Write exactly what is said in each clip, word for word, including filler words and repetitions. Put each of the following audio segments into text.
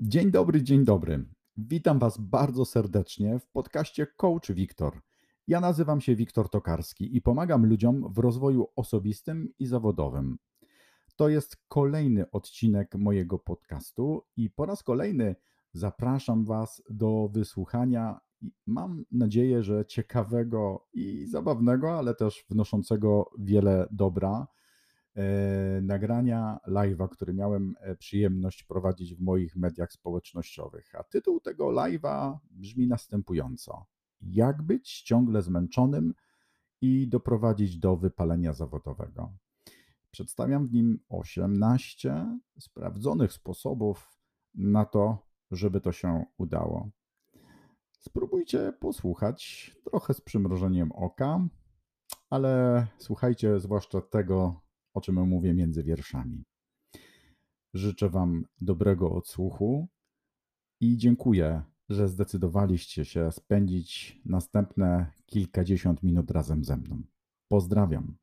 Dzień dobry, dzień dobry. Witam Was bardzo serdecznie w podcaście Coach Wiktor. Ja nazywam się Wiktor Tokarski i pomagam ludziom w rozwoju osobistym i zawodowym. To jest kolejny odcinek mojego podcastu i po raz kolejny zapraszam Was do wysłuchania, mam nadzieję, że ciekawego i zabawnego, ale też wnoszącego wiele dobra e, nagrania live'a, który miałem e, przyjemność prowadzić w moich mediach społecznościowych. A tytuł tego live'a brzmi następująco: jak być ciągle zmęczonym i doprowadzić do wypalenia zawodowego. Przedstawiam w nim osiemnaście sprawdzonych sposobów na to, żeby to się udało. Spróbujcie posłuchać trochę z przymrużeniem oka, ale słuchajcie zwłaszcza tego, o czym mówię między wierszami. Życzę Wam dobrego odsłuchu i dziękuję, że zdecydowaliście się spędzić następne kilkadziesiąt minut razem ze mną. Pozdrawiam.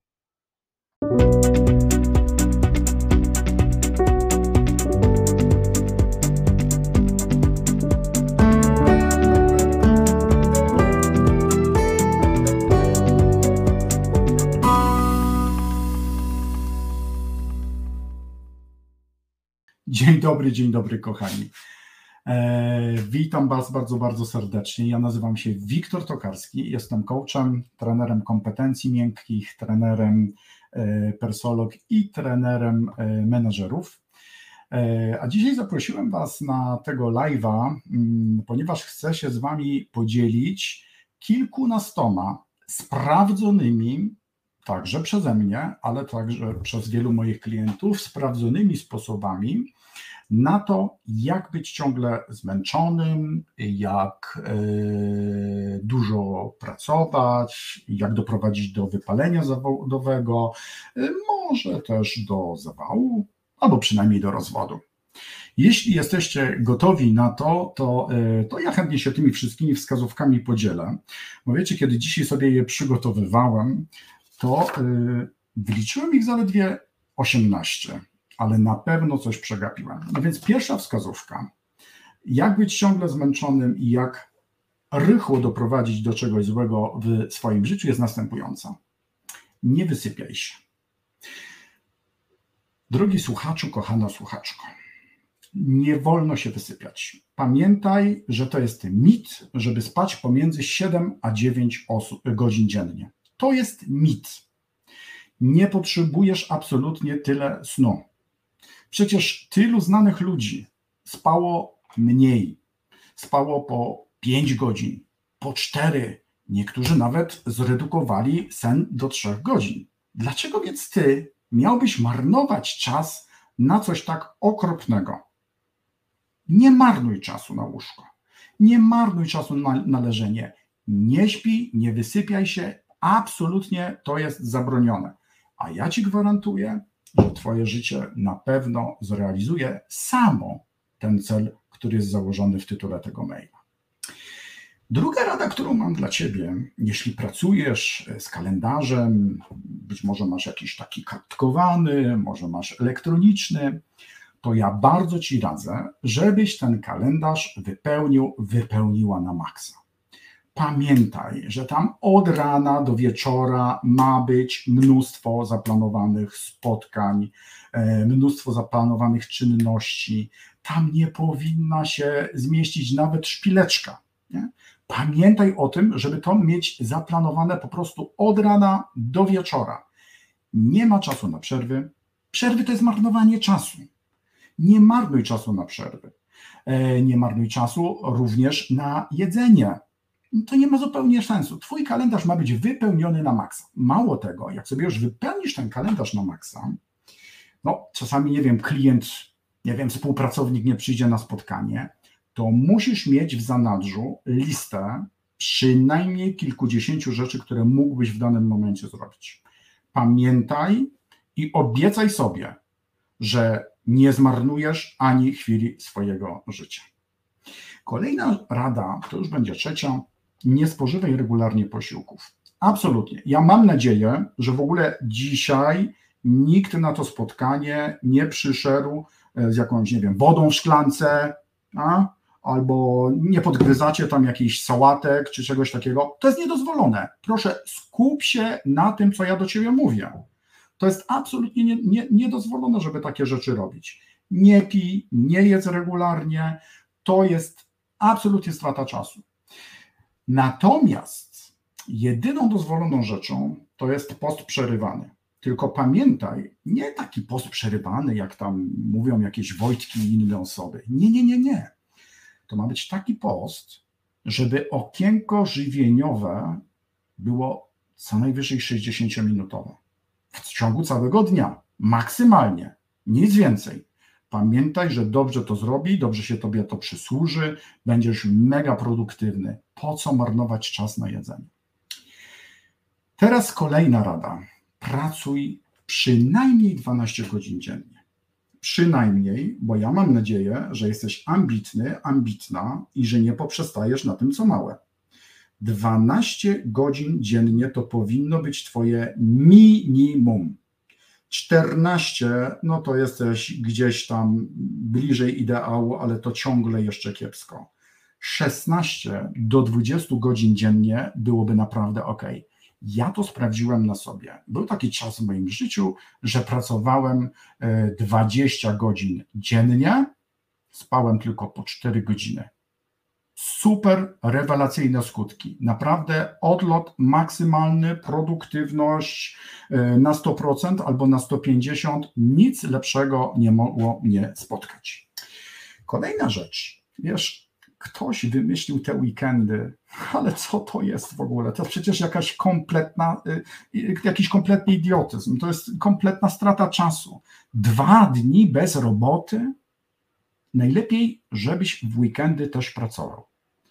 Dzień dobry, dzień dobry kochani. E, witam Was bardzo, bardzo serdecznie. Ja nazywam się Wiktor Tokarski, jestem coachem, trenerem kompetencji miękkich, trenerem e, persolog i trenerem e, menedżerów. E, a dzisiaj zaprosiłem Was na tego live'a, m, ponieważ chcę się z Wami podzielić kilkunastoma sprawdzonymi, także przeze mnie, ale także przez wielu moich klientów, sprawdzonymi sposobami na to, jak być ciągle zmęczonym, jak y, dużo pracować, jak doprowadzić do wypalenia zawodowego, y, może też do zawału, albo przynajmniej do rozwodu. Jeśli jesteście gotowi na to, to, y, to ja chętnie się tymi wszystkimi wskazówkami podzielę. Bo wiecie, kiedy dzisiaj sobie je przygotowywałem, to y, wyliczyłem ich zaledwie osiemnaście. Ale na pewno coś przegapiłem. No więc pierwsza wskazówka, jak być ciągle zmęczonym i jak rychło doprowadzić do czegoś złego w swoim życiu, jest następująca. Nie wysypiaj się. Drogi słuchaczu, kochana słuchaczko, nie wolno się wysypiać. Pamiętaj, że to jest mit, żeby spać pomiędzy siedem a dziewięć godzin dziennie. To jest mit. Nie potrzebujesz absolutnie tyle snu. Przecież tylu znanych ludzi spało mniej, spało po pięć godzin, po cztery, niektórzy nawet zredukowali sen do trzech godzin. Dlaczego więc ty miałbyś marnować czas na coś tak okropnego? Nie marnuj czasu na łóżko, nie marnuj czasu na, na leżenie, nie śpij, nie wysypiaj się, absolutnie to jest zabronione. A ja ci gwarantuję, że twoje życie na pewno zrealizuje samo ten cel, który jest założony w tytule tego maila. Druga rada, którą mam dla ciebie, jeśli pracujesz z kalendarzem, być może masz jakiś taki kartkowany, może masz elektroniczny, to ja bardzo ci radzę, żebyś ten kalendarz wypełnił, wypełniła na maksa. Pamiętaj, że tam od rana do wieczora ma być mnóstwo zaplanowanych spotkań, mnóstwo zaplanowanych czynności. Tam nie powinna się zmieścić nawet szpileczka. Nie? Pamiętaj o tym, żeby to mieć zaplanowane po prostu od rana do wieczora. Nie ma czasu na przerwy. Przerwy to jest marnowanie czasu. Nie marnuj czasu na przerwy. Nie marnuj czasu również na jedzenie. To nie ma zupełnie sensu. Twój kalendarz ma być wypełniony na maksa. Mało tego, jak sobie już wypełnisz ten kalendarz na maksa, no czasami, nie wiem, klient, nie wiem, współpracownik nie przyjdzie na spotkanie, to musisz mieć w zanadrzu listę przynajmniej kilkudziesięciu rzeczy, które mógłbyś w danym momencie zrobić. Pamiętaj i obiecaj sobie, że nie zmarnujesz ani chwili swojego życia. Kolejna rada, to już będzie trzecia, nie spożywaj regularnie posiłków. Absolutnie. Ja mam nadzieję, że w ogóle dzisiaj nikt na to spotkanie nie przyszedł z jakąś, nie wiem, wodą w szklance, a? Albo nie podgryzacie tam jakichś sałatek czy czegoś takiego, to jest niedozwolone. Proszę, skup się na tym, co ja do ciebie mówię. To jest absolutnie nie, nie, niedozwolone, żeby takie rzeczy robić. Nie pij, nie jedz regularnie, to jest absolutnie strata czasu. Natomiast jedyną dozwoloną rzeczą to jest post przerywany. Tylko pamiętaj, nie taki post przerywany, jak tam mówią jakieś Wojtki i inne osoby. Nie, nie, nie, nie. To ma być taki post, żeby okienko żywieniowe było co najwyżej sześćdziesięciominutowe. W ciągu całego dnia, maksymalnie, nic więcej. Pamiętaj, że dobrze to zrobi, dobrze się tobie to przysłuży, będziesz mega produktywny. Po co marnować czas na jedzenie? Teraz kolejna rada. Pracuj przynajmniej dwanaście godzin dziennie. Przynajmniej, bo ja mam nadzieję, że jesteś ambitny, ambitna i że nie poprzestajesz na tym, co małe. dwanaście godzin dziennie to powinno być twoje minimum. czternaście, no to jesteś gdzieś tam bliżej ideału, ale to ciągle jeszcze kiepsko. szesnaście do dwudziestu godzin dziennie byłoby naprawdę ok. Ja to sprawdziłem na sobie. Był taki czas w moim życiu, że pracowałem dwadzieścia godzin dziennie, spałem tylko po cztery godziny. Super rewelacyjne skutki. Naprawdę odlot maksymalny, produktywność na sto procent albo na sto pięćdziesiąt procent. Nic lepszego nie mogło mnie spotkać. Kolejna rzecz. Wiesz, ktoś wymyślił te weekendy, ale co to jest w ogóle? To jest przecież jakaś kompletna, jakiś kompletny idiotyzm. To jest kompletna strata czasu. Dwa dni bez roboty? Najlepiej, żebyś w weekendy też pracował.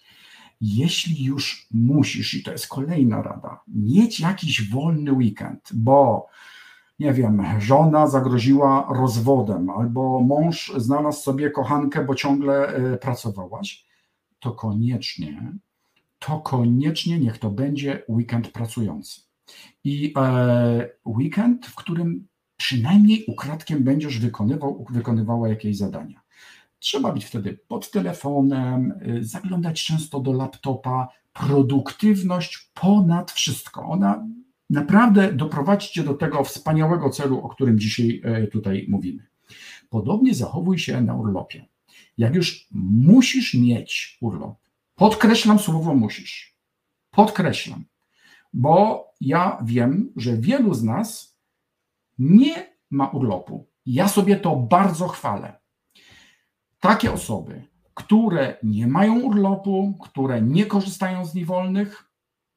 Jeśli już musisz, i to jest kolejna rada, mieć jakiś wolny weekend, bo nie wiem, żona zagroziła rozwodem, albo mąż znalazł sobie kochankę, bo ciągle pracowałaś, to koniecznie, to koniecznie niech to będzie weekend pracujący. I e, weekend, w którym przynajmniej ukradkiem będziesz wykonywał, wykonywała jakieś zadania. Trzeba być wtedy pod telefonem, zaglądać często do laptopa. Produktywność ponad wszystko. Ona naprawdę doprowadzi cię do tego wspaniałego celu, o którym dzisiaj tutaj mówimy. Podobnie zachowuj się na urlopie. Jak już musisz mieć urlop, podkreślam słowo musisz, podkreślam, bo ja wiem, że wielu z nas nie ma urlopu. Ja sobie to bardzo chwalę. Takie osoby, które nie mają urlopu, które nie korzystają z dni wolnych,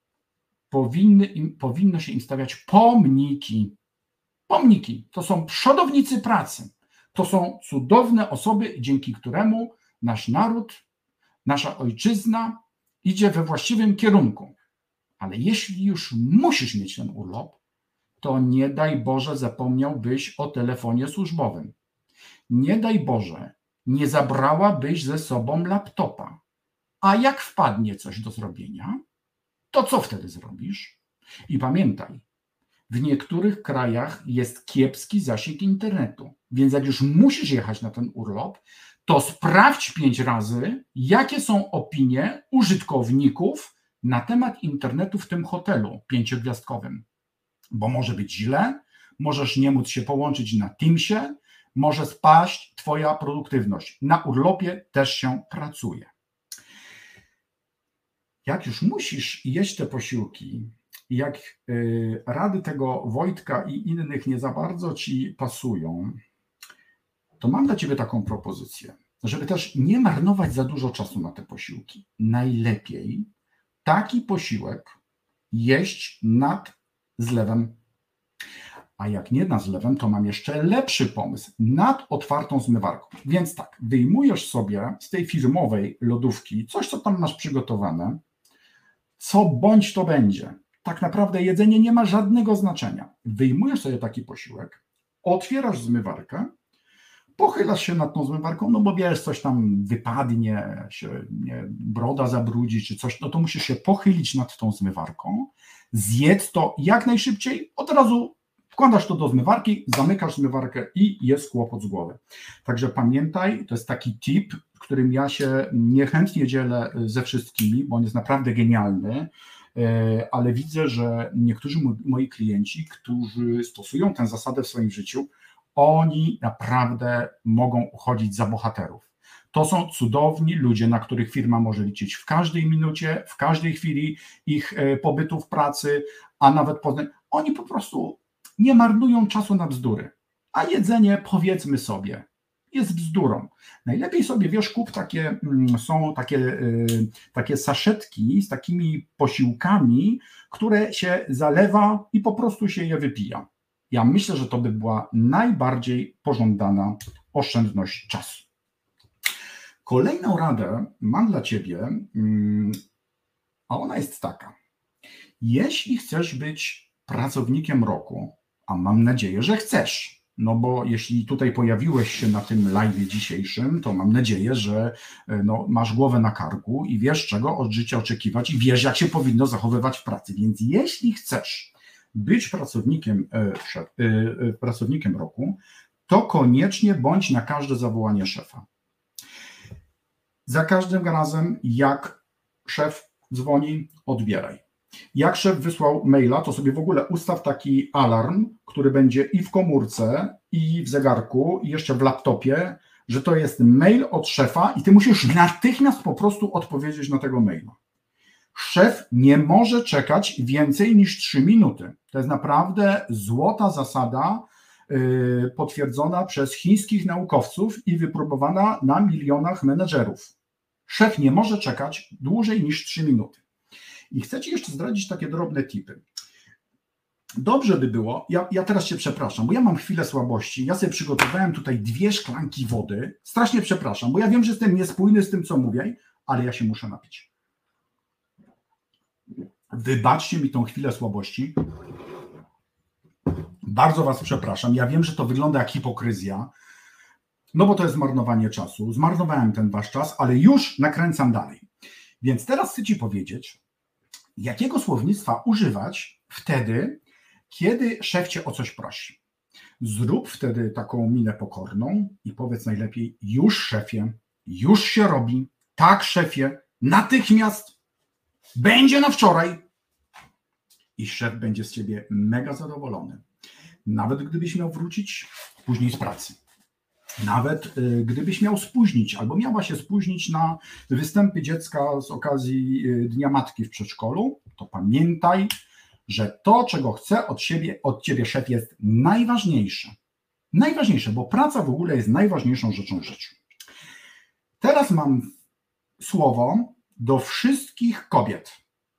powinny im, powinno się im stawiać pomniki. Pomniki to są przodownicy pracy. To są cudowne osoby, dzięki któremu nasz naród, nasza ojczyzna idzie we właściwym kierunku. Ale jeśli już musisz mieć ten urlop, to nie daj Boże zapomniałbyś o telefonie służbowym. Nie daj Boże, nie zabrałabyś ze sobą laptopa. A jak wpadnie coś do zrobienia, to co wtedy zrobisz? I pamiętaj, w niektórych krajach jest kiepski zasięg internetu, więc jak już musisz jechać na ten urlop, to sprawdź pięć razy, jakie są opinie użytkowników na temat internetu w tym hotelu pięciogwiazdkowym. Bo może być źle, możesz nie móc się połączyć na Teamsie, może spaść twoja produktywność. Na urlopie też się pracuje. Jak już musisz jeść te posiłki, jak y, rady tego Wojtka i innych nie za bardzo ci pasują, to mam dla ciebie taką propozycję, żeby też nie marnować za dużo czasu na te posiłki. Najlepiej taki posiłek jeść nad zlewem. A jak nie nad zlewem, to mam jeszcze lepszy pomysł, nad otwartą zmywarką. Więc tak, wyjmujesz sobie z tej firmowej lodówki coś, co tam masz przygotowane, co bądź to będzie. Tak naprawdę jedzenie nie ma żadnego znaczenia. Wyjmujesz sobie taki posiłek, otwierasz zmywarkę, pochylasz się nad tą zmywarką, no bo wiesz, coś tam wypadnie, się nie, broda zabrudzi czy coś, no to musisz się pochylić nad tą zmywarką, zjedz to jak najszybciej, od razu wkładasz to do zmywarki, zamykasz zmywarkę i jest kłopot z głowy. Także pamiętaj, to jest taki tip, którym ja się niechętnie dzielę ze wszystkimi, bo on jest naprawdę genialny, ale widzę, że niektórzy moi klienci, którzy stosują tę zasadę w swoim życiu, oni naprawdę mogą uchodzić za bohaterów. To są cudowni ludzie, na których firma może liczyć w każdej minucie, w każdej chwili ich pobytu w pracy, a nawet poza. Oni po prostu nie marnują czasu na bzdury. A jedzenie, powiedzmy sobie, jest bzdurą. Najlepiej sobie, wiesz, kup takie, są takie, takie saszetki z takimi posiłkami, które się zalewa i po prostu się je wypija. Ja myślę, że to by była najbardziej pożądana oszczędność czasu. Kolejną radę mam dla Ciebie, a ona jest taka. Jeśli chcesz być pracownikiem roku, a mam nadzieję, że chcesz, no bo jeśli tutaj pojawiłeś się na tym live dzisiejszym, to mam nadzieję, że no, masz głowę na karku i wiesz, czego od życia oczekiwać i wiesz, jak się powinno zachowywać w pracy. Więc jeśli chcesz być pracownikiem, e, pracownikiem roku, to koniecznie bądź na każde zawołanie szefa. Za każdym razem, jak szef dzwoni, odbieraj. Jak szef wysłał maila, to sobie w ogóle ustaw taki alarm, który będzie i w komórce, i w zegarku, i jeszcze w laptopie, że to jest mail od szefa i ty musisz natychmiast po prostu odpowiedzieć na tego maila. Szef nie może czekać więcej niż trzy minuty. To jest naprawdę złota zasada, yy, potwierdzona przez chińskich naukowców i wypróbowana na milionach menedżerów. Szef nie może czekać dłużej niż trzy minuty. I chcę Ci jeszcze zdradzić takie drobne tipy. Dobrze by było, ja, ja teraz Cię przepraszam, bo ja mam chwilę słabości, ja sobie przygotowałem tutaj dwie szklanki wody, strasznie przepraszam, bo ja wiem, że jestem niespójny z tym, co mówię, ale ja się muszę napić. Wybaczcie mi tą chwilę słabości. Bardzo Was przepraszam, ja wiem, że to wygląda jak hipokryzja, no bo to jest zmarnowanie czasu, zmarnowałem ten Wasz czas, ale już nakręcam dalej. Więc teraz chcę Ci powiedzieć, jakiego słownictwa używać wtedy, kiedy szef Cię o coś prosi. Zrób wtedy taką minę pokorną i powiedz najlepiej: już szefie, już się robi, tak szefie, natychmiast, będzie na wczoraj. I szef będzie z Ciebie mega zadowolony. Nawet gdybyś miał wrócić później z pracy. Nawet y, gdybyś miał spóźnić albo miała się spóźnić na występy dziecka z okazji y, Dnia Matki w przedszkolu, to pamiętaj, że to, czego chce od siebie, od Ciebie szef, jest najważniejsze. Najważniejsze, bo praca w ogóle jest najważniejszą rzeczą w życiu. Teraz mam słowo do wszystkich kobiet.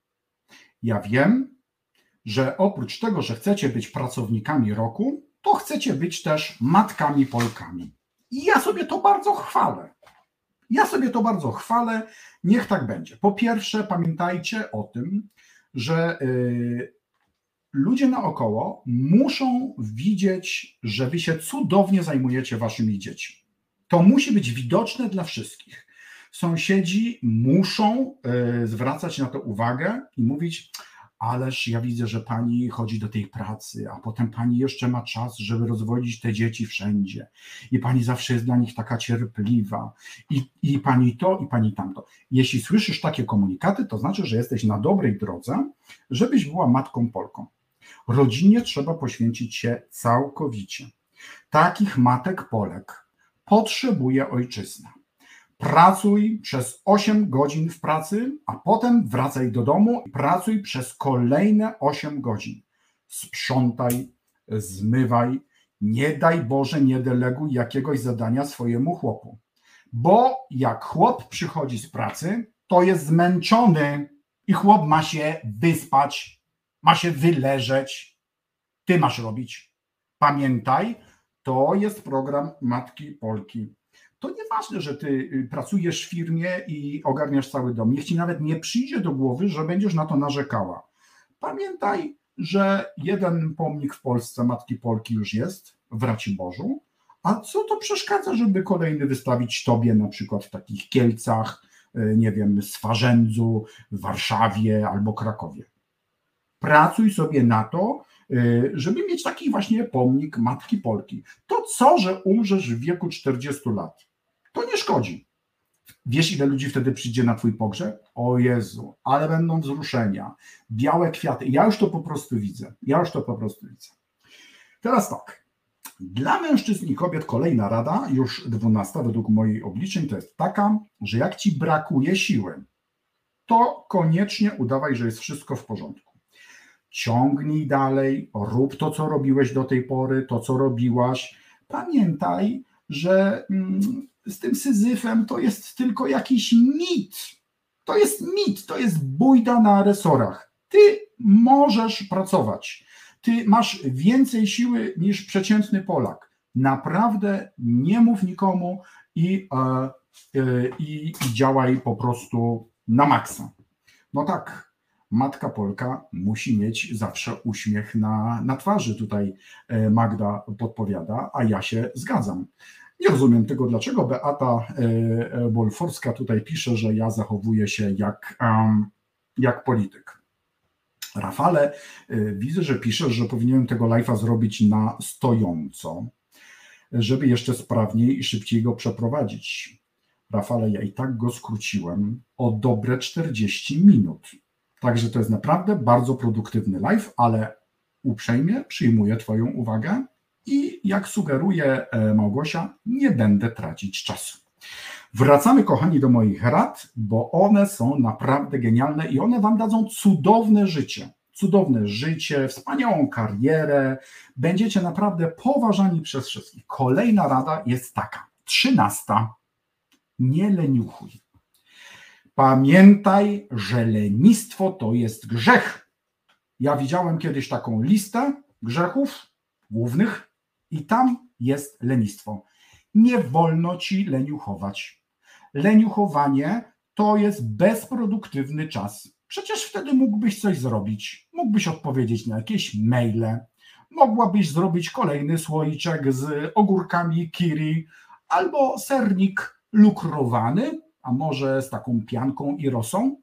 Ja wiem, że oprócz tego, że chcecie być pracownikami roku, to chcecie być też matkami Polkami. I ja sobie to bardzo chwalę. Ja sobie to bardzo chwalę, niech tak będzie. Po pierwsze, pamiętajcie o tym, że y, ludzie naokoło muszą widzieć, że wy się cudownie zajmujecie waszymi dziećmi. To musi być widoczne dla wszystkich. Sąsiedzi muszą y, zwracać na to uwagę i mówić: ależ ja widzę, że pani chodzi do tej pracy, a potem pani jeszcze ma czas, żeby rozwodzić te dzieci wszędzie. I pani zawsze jest dla nich taka cierpliwa. I, i pani to, i pani tamto. Jeśli słyszysz takie komunikaty, to znaczy, że jesteś na dobrej drodze, żebyś była matką Polką. Rodzinie trzeba poświęcić się całkowicie. Takich matek Polek potrzebuje ojczyzna. Pracuj przez osiem godzin w pracy, a potem wracaj do domu i pracuj przez kolejne osiem godzin. Sprzątaj, zmywaj, nie daj Boże, nie deleguj jakiegoś zadania swojemu chłopu. Bo jak chłop przychodzi z pracy, to jest zmęczony i chłop ma się wyspać, ma się wyleżeć. Ty masz robić. Pamiętaj, to jest program Matki Polki. To nieważne, że ty pracujesz w firmie i ogarniasz cały dom. Niech ci nawet nie przyjdzie do głowy, że będziesz na to narzekała. Pamiętaj, że jeden pomnik w Polsce Matki Polki już jest w Raciborzu, a co to przeszkadza, żeby kolejny wystawić tobie na przykład w takich Kielcach, nie wiem, Swarzędzu, Warszawie albo Krakowie. Pracuj sobie na to, żeby mieć taki właśnie pomnik Matki Polki. To co, że umrzesz w wieku czterdziestu lat? To nie szkodzi. Wiesz, ile ludzi wtedy przyjdzie na twój pogrzeb? O Jezu, ale będą wzruszenia, białe kwiaty. Ja już to po prostu widzę. Ja już to po prostu widzę. Teraz tak. Dla mężczyzn i kobiet kolejna rada, już dwunasta według moich obliczeń, to jest taka, że jak ci brakuje siły, to koniecznie udawaj, że jest wszystko w porządku. Ciągnij dalej, rób to, co robiłeś do tej pory, to, co robiłaś. Pamiętaj, że mm, z tym Syzyfem to jest tylko jakiś mit. To jest mit, to jest bójda na resorach. Ty możesz pracować. Ty masz więcej siły niż przeciętny Polak. Naprawdę nie mów nikomu i, e, e, i, i działaj po prostu na maksa. No tak, matka Polka musi mieć zawsze uśmiech na, na twarzy. Tutaj Magda podpowiada, a ja się zgadzam. Nie rozumiem tego, dlaczego Beata Bolforska tutaj pisze, że ja zachowuję się jak, jak polityk. Rafale, widzę, że piszesz, że powinienem tego live'a zrobić na stojąco, żeby jeszcze sprawniej i szybciej go przeprowadzić. Rafale, ja i tak go skróciłem o dobre czterdzieści minut. Także to jest naprawdę bardzo produktywny live, ale uprzejmie przyjmuję twoją uwagę i jak sugeruje Małgosia, nie będę tracić czasu. Wracamy, kochani, do moich rad, bo one są naprawdę genialne i one wam dadzą cudowne życie. Cudowne życie, wspaniałą karierę. Będziecie naprawdę poważani przez wszystkich. Kolejna rada jest taka. Trzynasta. Nie leniuchuj. Pamiętaj, że lenistwo to jest grzech. Ja widziałem kiedyś taką listę grzechów głównych i tam jest lenistwo. Nie wolno ci leniuchować. Leniuchowanie to jest bezproduktywny czas. Przecież wtedy mógłbyś coś zrobić. Mógłbyś odpowiedzieć na jakieś maile. Mogłabyś zrobić kolejny słoiczek z ogórkami kiri albo sernik lukrowany, a może z taką pianką i rosą.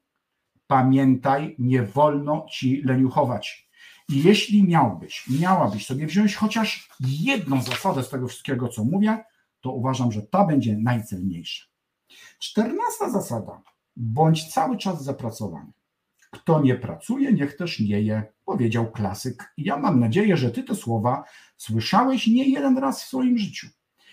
Pamiętaj, nie wolno ci leniuchować. I jeśli miałbyś, miałabyś sobie wziąć chociaż jedną zasadę z tego wszystkiego, co mówię, to uważam, że ta będzie najcenniejsza. Czternasta zasada. Bądź cały czas zapracowany. Kto nie pracuje, niech też nie je, powiedział klasyk. I ja mam nadzieję, że ty te słowa słyszałeś nie jeden raz w swoim życiu.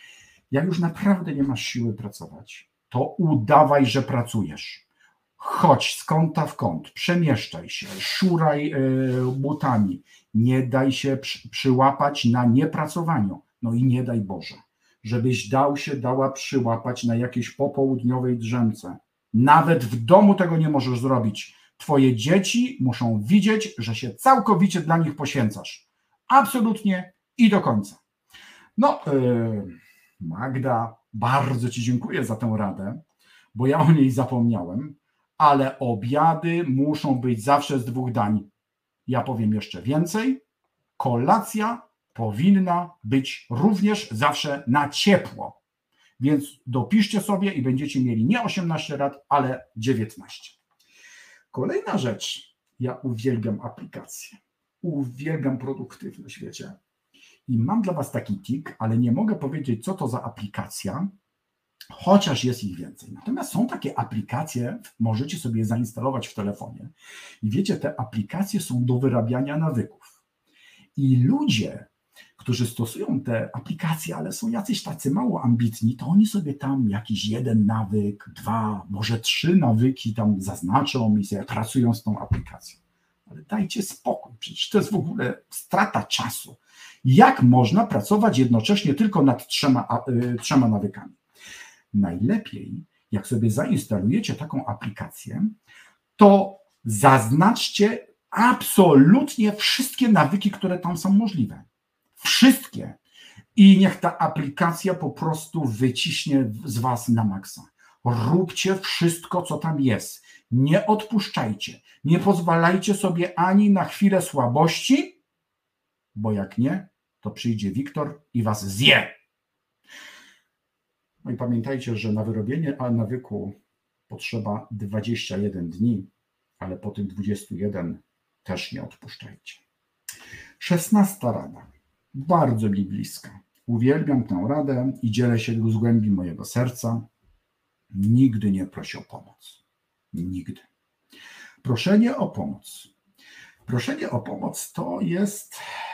Jak już naprawdę nie masz siły pracować, to udawaj, że pracujesz. Chodź z kąta w kąt, przemieszczaj się, szuraj butami, nie daj się przyłapać na niepracowaniu. No i nie daj Boże, żebyś dał się, dała przyłapać na jakiejś popołudniowej drzemce. Nawet w domu tego nie możesz zrobić. Twoje dzieci muszą widzieć, że się całkowicie dla nich poświęcasz. Absolutnie i do końca. No, yy, Magda, bardzo ci dziękuję za tę radę, bo ja o niej zapomniałem, ale obiady muszą być zawsze z dwóch dań. Ja powiem jeszcze więcej. Kolacja powinna być również zawsze na ciepło. Więc dopiszcie sobie i będziecie mieli nie osiemnaście lat, ale dziewiętnaście. Kolejna rzecz. Ja uwielbiam aplikacje. Uwielbiam produktywność, wiecie. I mam dla was taki tik, ale nie mogę powiedzieć, co to za aplikacja, chociaż jest ich więcej. Natomiast są takie aplikacje, możecie sobie je zainstalować w telefonie. I wiecie, te aplikacje są do wyrabiania nawyków. I ludzie, którzy stosują te aplikacje, ale są jacyś tacy mało ambitni, to oni sobie tam jakiś jeden nawyk, dwa, może trzy nawyki tam zaznaczą i sobie pracują z tą aplikacją. Ale dajcie spokój, przecież to jest w ogóle strata czasu. Jak można pracować jednocześnie tylko nad trzema, y, trzema nawykami? Najlepiej, jak sobie zainstalujecie taką aplikację, to zaznaczcie absolutnie wszystkie nawyki, które tam są możliwe. Wszystkie. I niech ta aplikacja po prostu wyciśnie z was na maksa. Róbcie wszystko, co tam jest. Nie odpuszczajcie. Nie pozwalajcie sobie ani na chwilę słabości, bo jak nie, to przyjdzie Wiktor i was zje. No i pamiętajcie, że na wyrobienie nawyku potrzeba dwadzieścia jeden dni, ale po tych dwudziestu jeden też nie odpuszczajcie. Szesnasta rada. Bardzo mi bliska. Uwielbiam tę radę i dzielę się z głębi mojego serca. nigdy nie proś o pomoc. Nigdy. Proszenie o pomoc. Proszenie o pomoc to jest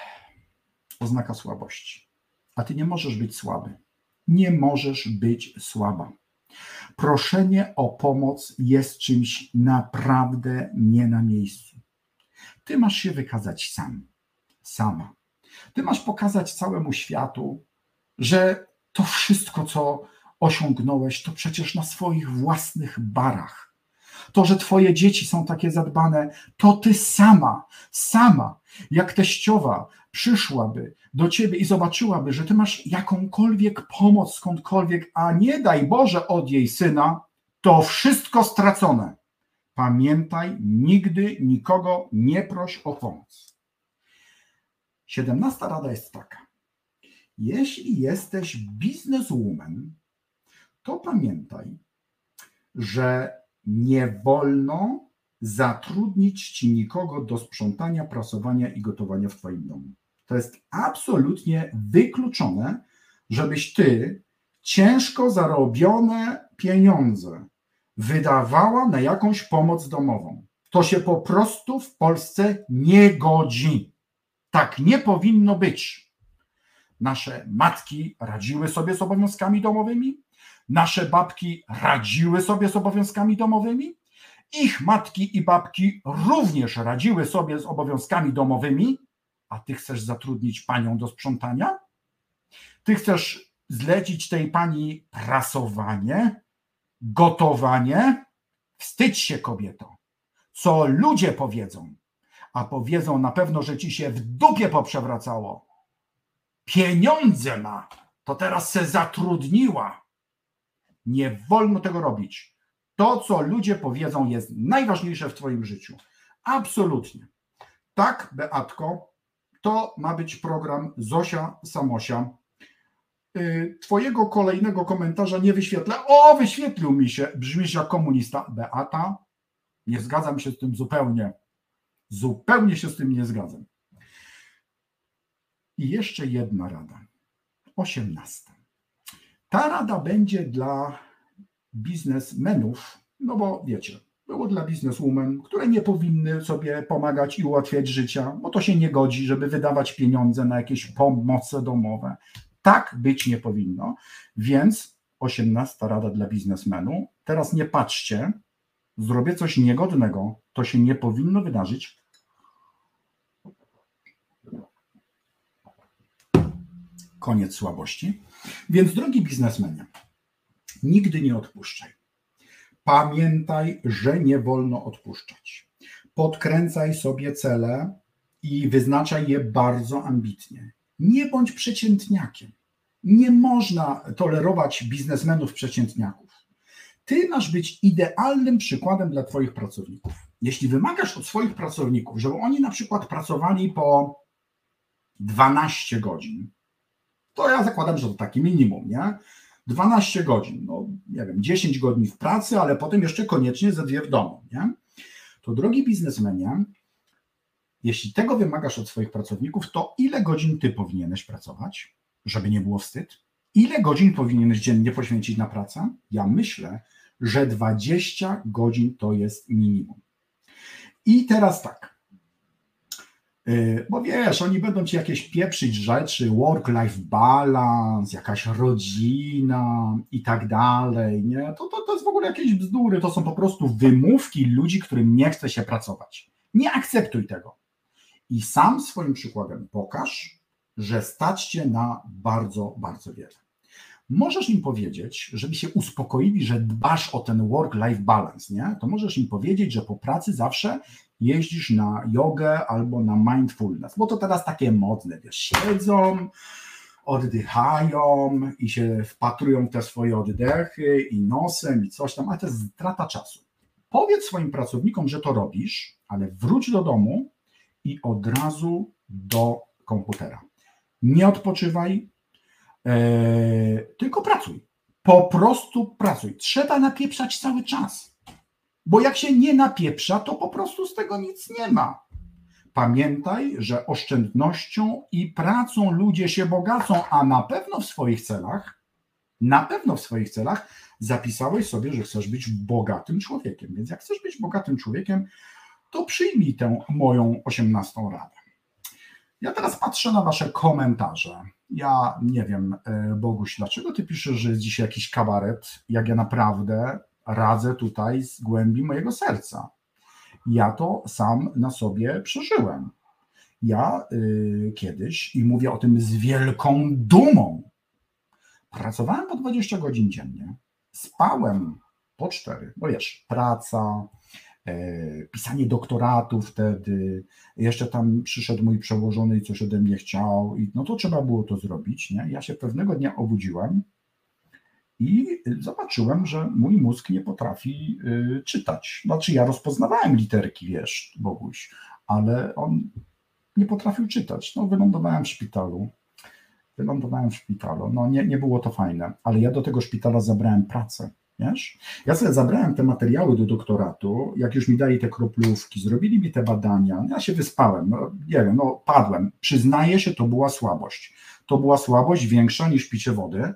oznaka słabości. A ty nie możesz być słaby. Nie możesz być słaba. Proszenie o pomoc jest czymś naprawdę nie na miejscu. Ty masz się wykazać sam, sama. Ty masz pokazać całemu światu, że to wszystko, co osiągnąłeś, to przecież na swoich własnych barach. To, że twoje dzieci są takie zadbane, to ty sama, sama, jak teściowa przyszłaby do ciebie i zobaczyłaby, że ty masz jakąkolwiek pomoc skądkolwiek, a nie daj Boże od jej syna, to wszystko stracone. Pamiętaj, nigdy nikogo nie proś o pomoc. Siedemnasta rada jest taka. Jeśli jesteś bizneswoman, to pamiętaj, że nie wolno zatrudnić ci nikogo do sprzątania, prasowania i gotowania w twoim domu. To jest absolutnie wykluczone, żebyś ty ciężko zarobione pieniądze wydawała na jakąś pomoc domową. To się po prostu w Polsce nie godzi. Tak nie powinno być. Nasze matki radziły sobie z obowiązkami domowymi, nasze babki radziły sobie z obowiązkami domowymi, ich matki i babki również radziły sobie z obowiązkami domowymi, a ty chcesz zatrudnić panią do sprzątania? Ty chcesz zlecić tej pani prasowanie, gotowanie? Wstydź się, kobieto. Co ludzie powiedzą? A powiedzą na pewno, że ci się w dupie poprzewracało. Pieniądze ma, to teraz se zatrudniła. Nie wolno tego robić. To, co ludzie powiedzą, jest najważniejsze w twoim życiu. Absolutnie. Tak, Beatko, to ma być program Zosia Samosia. Twojego kolejnego komentarza nie wyświetlę. O, wyświetlił mi się. Brzmisz jak komunista. Beata, nie zgadzam się z tym zupełnie. Zupełnie się z tym nie zgadzam. I jeszcze jedna rada. Osiemnasta. Ta rada będzie dla biznesmenów, no bo wiecie, było dla bizneswomen, które nie powinny sobie pomagać i ułatwiać życia, bo to się nie godzi, żeby wydawać pieniądze na jakieś pomoce domowe. Tak być nie powinno, więc osiemnasta rada dla biznesmenów. Teraz nie patrzcie, zrobię coś niegodnego, to się nie powinno wydarzyć. Koniec słabości. Więc drogi biznesmenie, nigdy nie odpuszczaj. Pamiętaj, że nie wolno odpuszczać. Podkręcaj sobie cele i wyznaczaj je bardzo ambitnie. Nie bądź przeciętniakiem. Nie można tolerować biznesmenów przeciętniaków. Ty masz być idealnym przykładem dla twoich pracowników. Jeśli wymagasz od swoich pracowników, żeby oni na przykład pracowali po dwanaście godzin, to ja zakładam, że to takie minimum, nie? dwanaście godzin, no nie wiem, dziesięć godzin w pracy, ale potem jeszcze koniecznie ze dwie w domu, nie? To drogi biznesmenie, jeśli tego wymagasz od swoich pracowników, to ile godzin ty powinieneś pracować, żeby nie było wstyd? Ile godzin powinieneś dziennie poświęcić na pracę? Ja myślę, że dwadzieścia godzin to jest minimum. I teraz tak, bo wiesz, oni będą ci jakieś pieprzyć rzeczy, work-life balance, jakaś rodzina i tak dalej, nie? To, to, to jest w ogóle jakieś bzdury, to są po prostu wymówki ludzi, którym nie chce się pracować. Nie akceptuj tego. I sam swoim przykładem pokaż, że stać cię na bardzo, bardzo wiele. Możesz im powiedzieć, żeby się uspokoili, że dbasz o ten work-life balance, nie? To możesz im powiedzieć, że po pracy zawsze jeździsz na jogę albo na mindfulness, bo to teraz takie modne, wiesz, siedzą, oddychają i się wpatrują w te swoje oddechy i nosem i coś tam, ale to jest strata czasu. Powiedz swoim pracownikom, że to robisz, ale wróć do domu i od razu do komputera. Nie odpoczywaj, yy, tylko pracuj. Po prostu pracuj. Trzeba napieprzać cały czas. Bo jak się nie napieprza, to po prostu z tego nic nie ma. Pamiętaj, że oszczędnością i pracą ludzie się bogacą, a na pewno w swoich celach Na pewno w swoich celach zapisałeś sobie, że chcesz być bogatym człowiekiem, więc jak chcesz być bogatym człowiekiem, to przyjmij tę moją osiemnastą radę. Ja teraz patrzę na wasze komentarze. Ja nie wiem, Boguś, dlaczego ty piszesz, że jest dzisiaj jakiś kabaret, jak ja naprawdę radzę tutaj z głębi mojego serca. Ja to sam na sobie przeżyłem. Ja y, kiedyś, i mówię o tym z wielką dumą, pracowałem po dwadzieścia godzin dziennie, spałem po cztery, bo wiesz, praca, e, pisanie doktoratu wtedy, jeszcze tam przyszedł mój przełożony i coś ode mnie chciał, i no to trzeba było to zrobić, nie? Ja się pewnego dnia obudziłem i zobaczyłem, że mój mózg nie potrafi y, czytać. Znaczy ja rozpoznawałem literki, wiesz, Boguś, ale on nie potrafił czytać. No wylądowałem w szpitalu. Wylądowałem w szpitalu. No nie, nie było to fajne, ale ja do tego szpitala zabrałem pracę, wiesz? Ja sobie zabrałem te materiały do doktoratu, jak już mi dali te kroplówki, zrobili mi te badania, ja się wyspałem, no nie wiem, no padłem. Przyznaję się, to była słabość. To była słabość większa niż picie wody.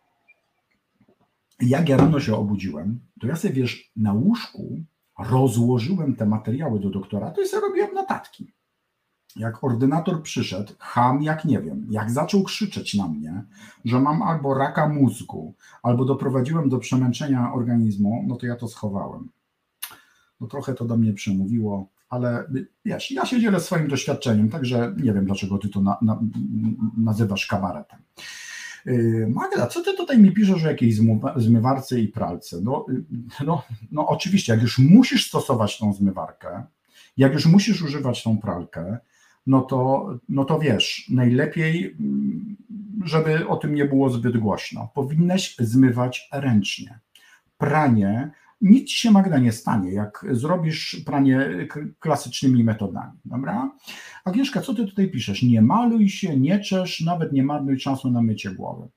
Jak ja rano się obudziłem, to ja sobie, wiesz, na łóżku rozłożyłem te materiały do doktoratu i sobie robiłem notatki. Jak ordynator przyszedł, cham jak nie wiem, jak zaczął krzyczeć na mnie, że mam albo raka mózgu, albo doprowadziłem do przemęczenia organizmu, no to ja to schowałem. No trochę to do mnie przemówiło, ale wiesz, ja się dzielę swoim doświadczeniem, także nie wiem, dlaczego ty to na, na, nazywasz kabaretem. Magda, co ty tutaj mi piszesz o jakiejś zmywarce i pralce? No, no, no oczywiście, jak już musisz stosować tą zmywarkę, jak już musisz używać tą pralkę, no to, no to wiesz, najlepiej, żeby o tym nie było zbyt głośno. Powinnaś zmywać ręcznie. Pranie, nic ci się, Magda, nie stanie, jak zrobisz pranie klasycznymi metodami, dobra? Agnieszka, co ty tutaj piszesz? Nie maluj się, nie czesz, nawet nie marnuj czasu na mycie głowy.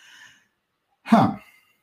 Ha,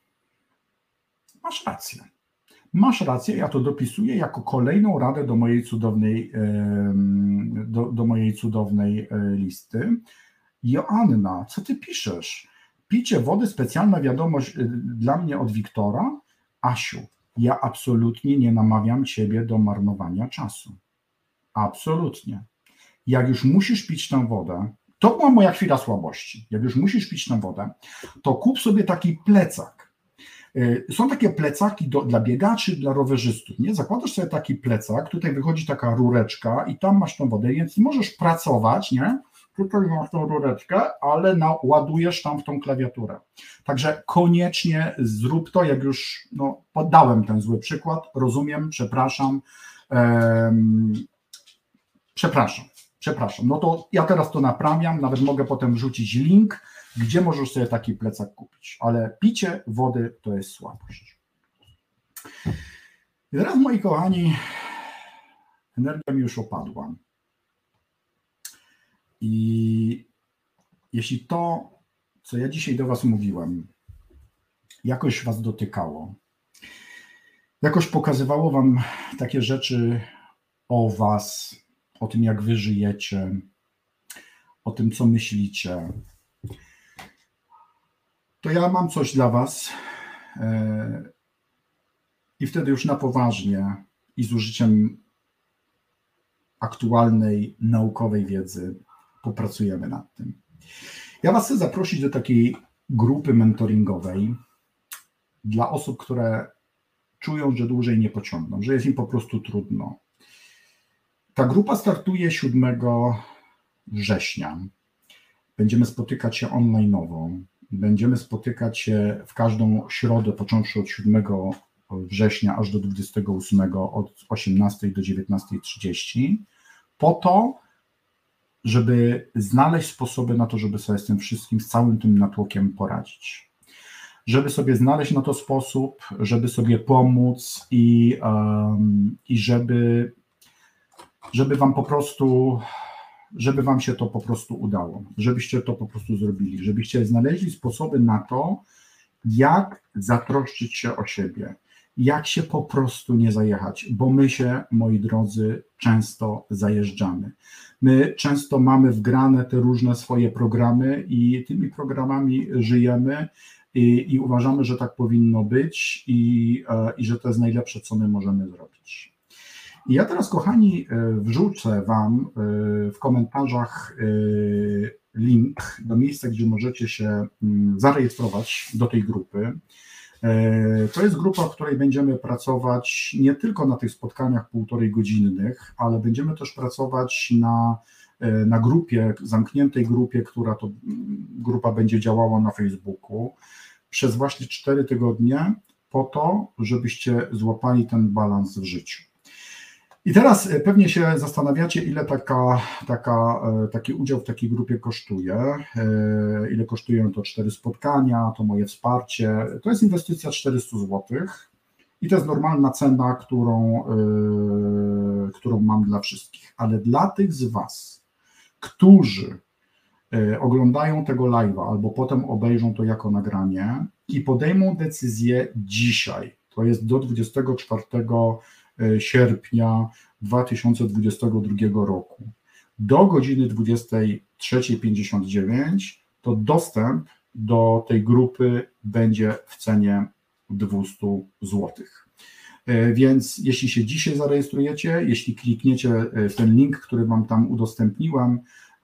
masz rację. Masz rację, ja to dopisuję jako kolejną radę do mojej cudownej, do, do mojej cudownej listy. Joanna, co ty piszesz? Picie wody, specjalna wiadomość dla mnie od Wiktora. Asiu, ja absolutnie nie namawiam ciebie do marnowania czasu. Absolutnie. Jak już musisz pić tę wodę, to była moja chwila słabości. Jak już musisz pić tę wodę, to kup sobie taki plecak. Są takie plecaki do, dla biegaczy, dla rowerzystów, nie? Zakładasz sobie taki plecak, tutaj wychodzi taka rureczka i tam masz tą wodę, więc możesz pracować, nie? Tutaj masz tą rureczkę, ale ładujesz tam w tą klawiaturę. Także koniecznie zrób to, jak już no, podałem ten zły przykład, rozumiem, przepraszam, um, przepraszam, przepraszam. No to ja teraz to naprawiam, nawet mogę potem wrzucić link, gdzie możesz sobie taki plecak kupić, ale picie wody to jest słabość. I teraz, moi kochani, energia mi już opadła. I jeśli to, co ja dzisiaj do was mówiłem, jakoś was dotykało, jakoś pokazywało wam takie rzeczy o was, o tym, jak wy żyjecie, o tym, co myślicie, to ja mam coś dla was i wtedy już na poważnie i z użyciem aktualnej naukowej wiedzy popracujemy nad tym. Ja was chcę zaprosić do takiej grupy mentoringowej dla osób, które czują, że dłużej nie pociągną, że jest im po prostu trudno. Ta grupa startuje siódmego września. Będziemy spotykać się online'owo. Będziemy spotykać się w każdą środę, począwszy od siódmego września aż do dwudziestego ósmego od osiemnastej do dziewiętnastej trzydzieści, po to, żeby znaleźć sposoby na to, żeby sobie z tym wszystkim, z całym tym natłokiem poradzić. Żeby sobie znaleźć na to sposób, żeby sobie pomóc i, um, i żeby, żeby wam po prostu, żeby wam się to po prostu udało, żebyście to po prostu zrobili, żebyście znaleźli sposoby na to, jak zatroszczyć się o siebie, jak się po prostu nie zajechać, bo my się, moi drodzy, często zajeżdżamy. My często mamy wgrane te różne swoje programy i tymi programami żyjemy i, i uważamy, że tak powinno być i, i że to jest najlepsze, co my możemy zrobić. I ja teraz, kochani, wrzucę Wam w komentarzach link do miejsca, gdzie możecie się zarejestrować do tej grupy. To jest grupa, w której będziemy pracować nie tylko na tych spotkaniach półtorej godzinnych, ale będziemy też pracować na, na grupie, zamkniętej grupie, która to grupa będzie działała na Facebooku przez właśnie cztery tygodnie po to, żebyście złapali ten balans w życiu. I teraz pewnie się zastanawiacie, ile taka, taka, taki udział w takiej grupie kosztuje, ile kosztują to cztery spotkania, to moje wsparcie. To jest inwestycja czterysta złotych i to jest normalna cena, którą, którą mam dla wszystkich. Ale dla tych z Was, którzy oglądają tego live'a albo potem obejrzą to jako nagranie i podejmą decyzję dzisiaj, to jest do dwudziestego czwartego sierpnia dwa tysiące dwudziestego drugiego roku do godziny dwudziestej trzeciej pięćdziesiąt dziewięć, to dostęp do tej grupy będzie w cenie dwieście złotych. Więc jeśli się dzisiaj zarejestrujecie, jeśli klikniecie w ten link, który Wam tam udostępniłem,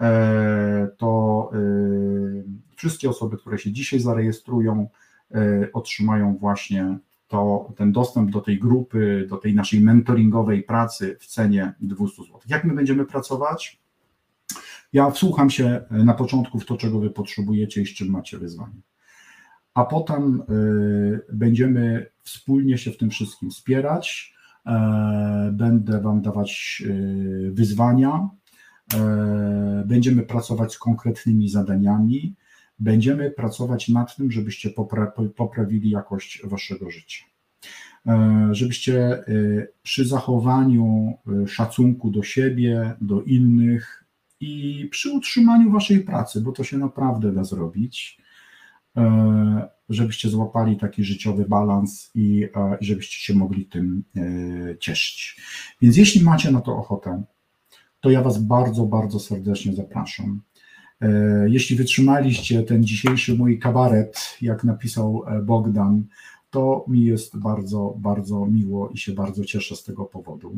to wszystkie osoby, które się dzisiaj zarejestrują, otrzymają właśnie to, ten dostęp do tej grupy, do tej naszej mentoringowej pracy w cenie dwieście złotych. Jak my będziemy pracować? Ja wsłucham się na początku w to, czego Wy potrzebujecie i z czym macie wyzwanie. A potem y, będziemy wspólnie się w tym wszystkim wspierać. E, będę Wam dawać y, wyzwania. E, będziemy pracować z konkretnymi zadaniami. Będziemy pracować nad tym, żebyście popra- poprawili jakość Waszego życia. Żebyście przy zachowaniu szacunku do siebie, do innych i przy utrzymaniu Waszej pracy, bo to się naprawdę da zrobić, żebyście złapali taki życiowy balans i żebyście się mogli tym cieszyć. Więc jeśli macie na to ochotę, to ja Was bardzo, bardzo serdecznie zapraszam. Jeśli wytrzymaliście ten dzisiejszy mój kabaret, jak napisał Bogdan, to mi jest bardzo, bardzo miło i się bardzo cieszę z tego powodu.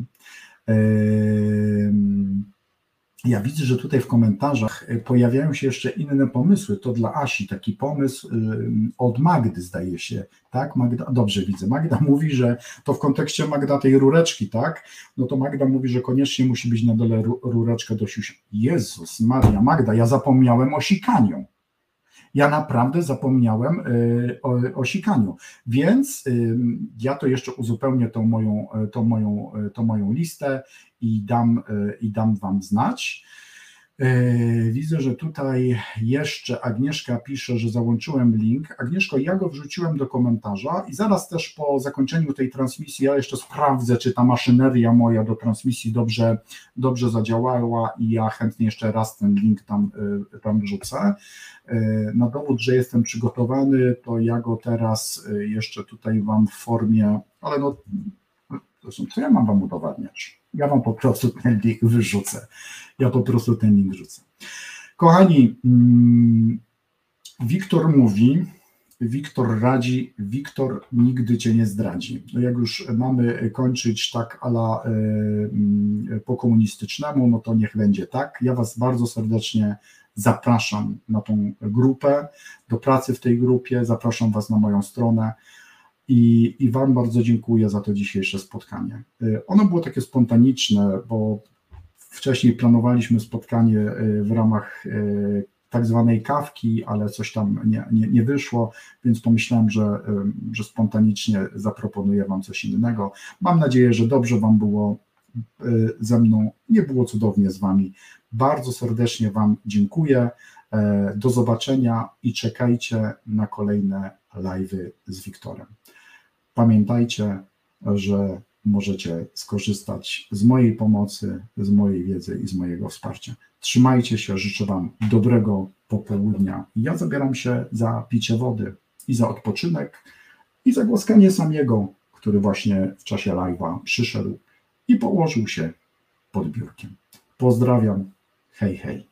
Ja widzę, że tutaj w komentarzach pojawiają się jeszcze inne pomysły. To dla Asi taki pomysł od Magdy, zdaje się, tak? Magda, dobrze widzę. Magda mówi, że to w kontekście Magda tej rureczki, tak? No to Magda mówi, że koniecznie musi być na dole rureczka do siusi. Jezus Maria, Magda, ja zapomniałem o sikaniu. Ja naprawdę zapomniałem o, o sikaniu, więc ja to jeszcze uzupełnię tą moją, tą moją, tą moją listę i dam, i dam Wam znać. Widzę, że tutaj jeszcze Agnieszka pisze, że załączyłem link. Agnieszko, ja go wrzuciłem do komentarza i zaraz też po zakończeniu tej transmisji ja jeszcze sprawdzę, czy ta maszyneria moja do transmisji dobrze, dobrze zadziałała i ja chętnie jeszcze raz ten link tam, tam wrzucę. Na dowód, że jestem przygotowany, to ja go teraz jeszcze tutaj Wam w formie, ale no, zresztą co ja mam Wam udowadniać? Ja Wam po prostu ten link wyrzucę. Ja po prostu ten link rzucę. Kochani, Wiktor mówi, Wiktor radzi, Wiktor nigdy Cię nie zdradzi. No jak już mamy kończyć tak a la po komunistycznemu, no to niech będzie tak. Ja Was bardzo serdecznie zapraszam na tą grupę, do pracy w tej grupie, zapraszam Was na moją stronę. I, I Wam bardzo dziękuję za to dzisiejsze spotkanie. Ono było takie spontaniczne, bo wcześniej planowaliśmy spotkanie w ramach tak zwanej kawki, ale coś tam nie, nie, nie wyszło, więc pomyślałem, że, że spontanicznie zaproponuję Wam coś innego. Mam nadzieję, że dobrze Wam było ze mną, nie było cudownie z Wami. Bardzo serdecznie Wam dziękuję. Do zobaczenia i czekajcie na kolejne live'y z Wiktorem. Pamiętajcie, że możecie skorzystać z mojej pomocy, z mojej wiedzy i z mojego wsparcia. Trzymajcie się, życzę Wam dobrego popołudnia. Ja zabieram się za picie wody i za odpoczynek i za głaskanie Samiego, który właśnie w czasie live'a przyszedł i położył się pod biurkiem. Pozdrawiam, hej, hej.